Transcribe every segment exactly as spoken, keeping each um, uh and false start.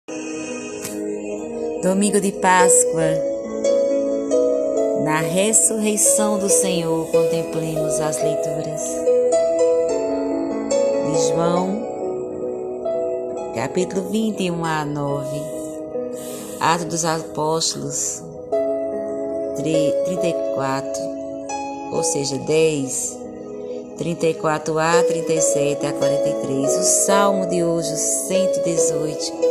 Domingo de Páscoa, na ressurreição do Senhor, contemplemos as leituras de João, capítulo vinte e um a nove, Atos dos Apóstolos, trinta e quatro, ou seja, dez, trinta e quatro a, trinta e sete a quarenta e três, o Salmo de hoje, cento e dezoito.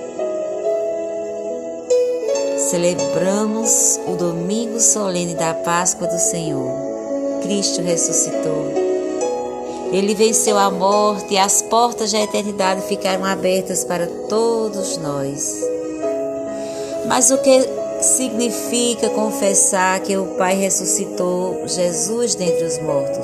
Celebramos o domingo solene da Páscoa do Senhor. Cristo ressuscitou. Ele venceu a morte e as portas da eternidade ficaram abertas para todos nós. Mas o que significa confessar que o Pai ressuscitou Jesus dentre os mortos?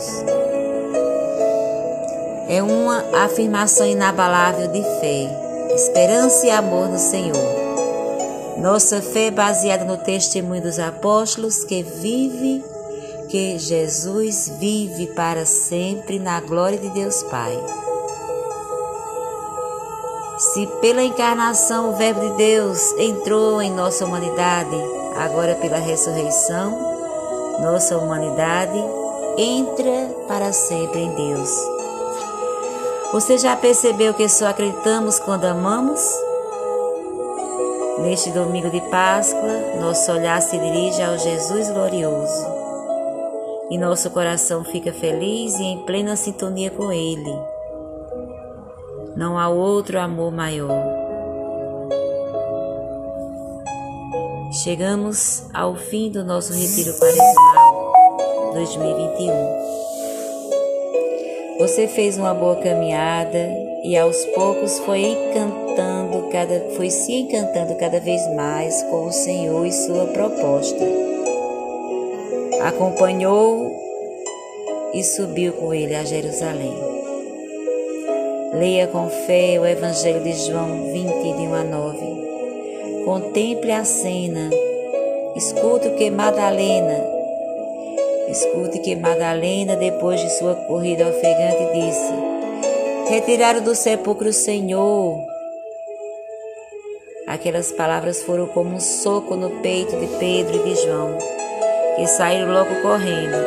É uma afirmação inabalável de fé, esperança e amor no Senhor. Nossa fé é baseada no testemunho dos apóstolos que vive, que Jesus vive para sempre na glória de Deus Pai. Se pela encarnação o Verbo de Deus entrou em nossa humanidade, agora pela ressurreição, nossa humanidade entra para sempre em Deus. Você já percebeu que só acreditamos quando amamos? Neste domingo de Páscoa, nosso olhar se dirige ao Jesus glorioso e nosso coração fica feliz e em plena sintonia com Ele. Não há outro amor maior. Chegamos ao fim do nosso retiro quaresmal dois mil e vinte e um. Você fez uma boa caminhada e aos poucos foi encantando cada, foi se encantando cada vez mais com o Senhor e sua proposta. Acompanhou e subiu com ele a Jerusalém. Leia com fé o Evangelho de João vinte, de um a nove. Contemple a cena. Escute o que Madalena Escute que Madalena, depois de sua corrida ofegante, disse: retiraram do sepulcro o Senhor. Aquelas palavras foram como um soco no peito de Pedro e de João, que saíram logo correndo.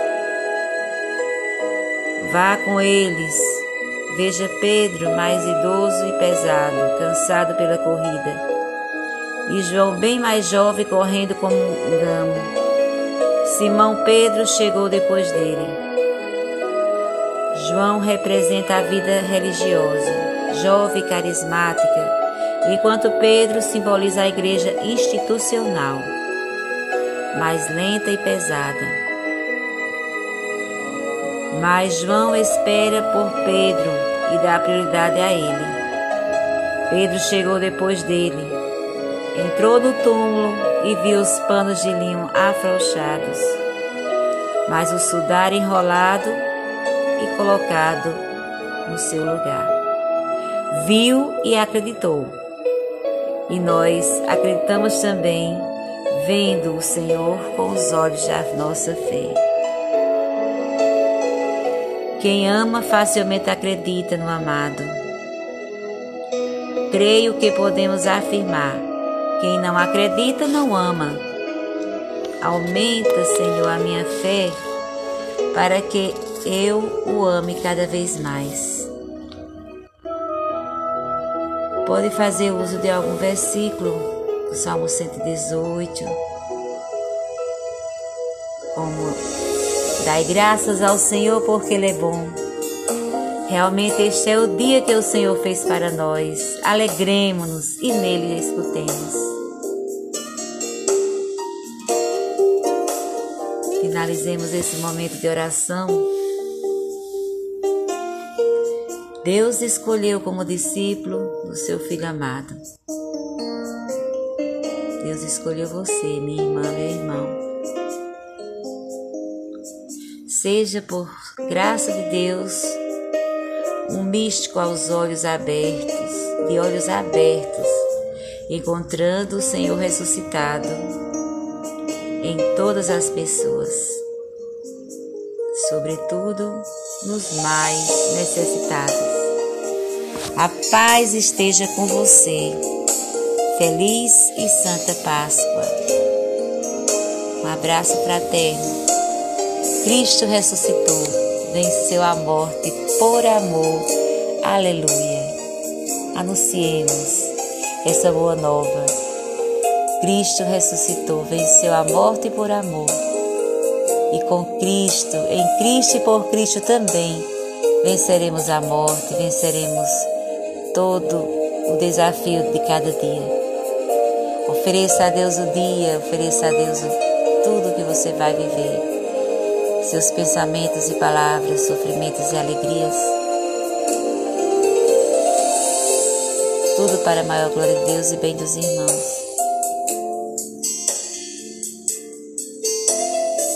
Vá com eles. Veja Pedro, mais idoso e pesado, cansado pela corrida, e João, bem mais jovem, correndo como um gamo. Simão Pedro chegou depois dele. João representa a vida religiosa, jovem e carismática, enquanto Pedro simboliza a igreja institucional, mais lenta e pesada. Mas João espera por Pedro e dá prioridade a ele. Pedro chegou depois dele, entrou no túmulo e viu os panos de linho afrouxados, mas o sudário enrolado e colocado no seu lugar. Viu e acreditou. E nós acreditamos também, vendo o Senhor com os olhos da nossa fé. Quem ama facilmente acredita no amado. Creio que podemos afirmar: quem não acredita não ama. Aumenta, Senhor, a minha fé para que eu o ame cada vez mais. Pode fazer uso de algum versículo do Salmo cento e dezoito, como: dai graças ao Senhor porque Ele é bom. Realmente este é o dia que o Senhor fez para nós. Alegremo-nos e nele escutemos. Finalizemos esse momento de oração. Deus escolheu como discípulo o seu Filho amado. Deus escolheu você, minha irmã, meu irmão. Seja por graça de Deus um místico aos olhos abertos, de olhos abertos, encontrando o Senhor ressuscitado em todas as pessoas, sobretudo nos mais necessitados. A paz esteja com você. Feliz e Santa Páscoa. Um abraço fraterno. Cristo ressuscitou, venceu a morte por amor. Aleluia. Anunciemos essa boa nova. Cristo ressuscitou, venceu a morte por amor. E com Cristo, em Cristo e por Cristo também, venceremos a morte, venceremos todo o desafio de cada dia. Ofereça a Deus o dia, ofereça a Deus tudo que você vai viver. Seus pensamentos e palavras, sofrimentos e alegrias. Tudo para a maior glória de Deus e bem dos irmãos.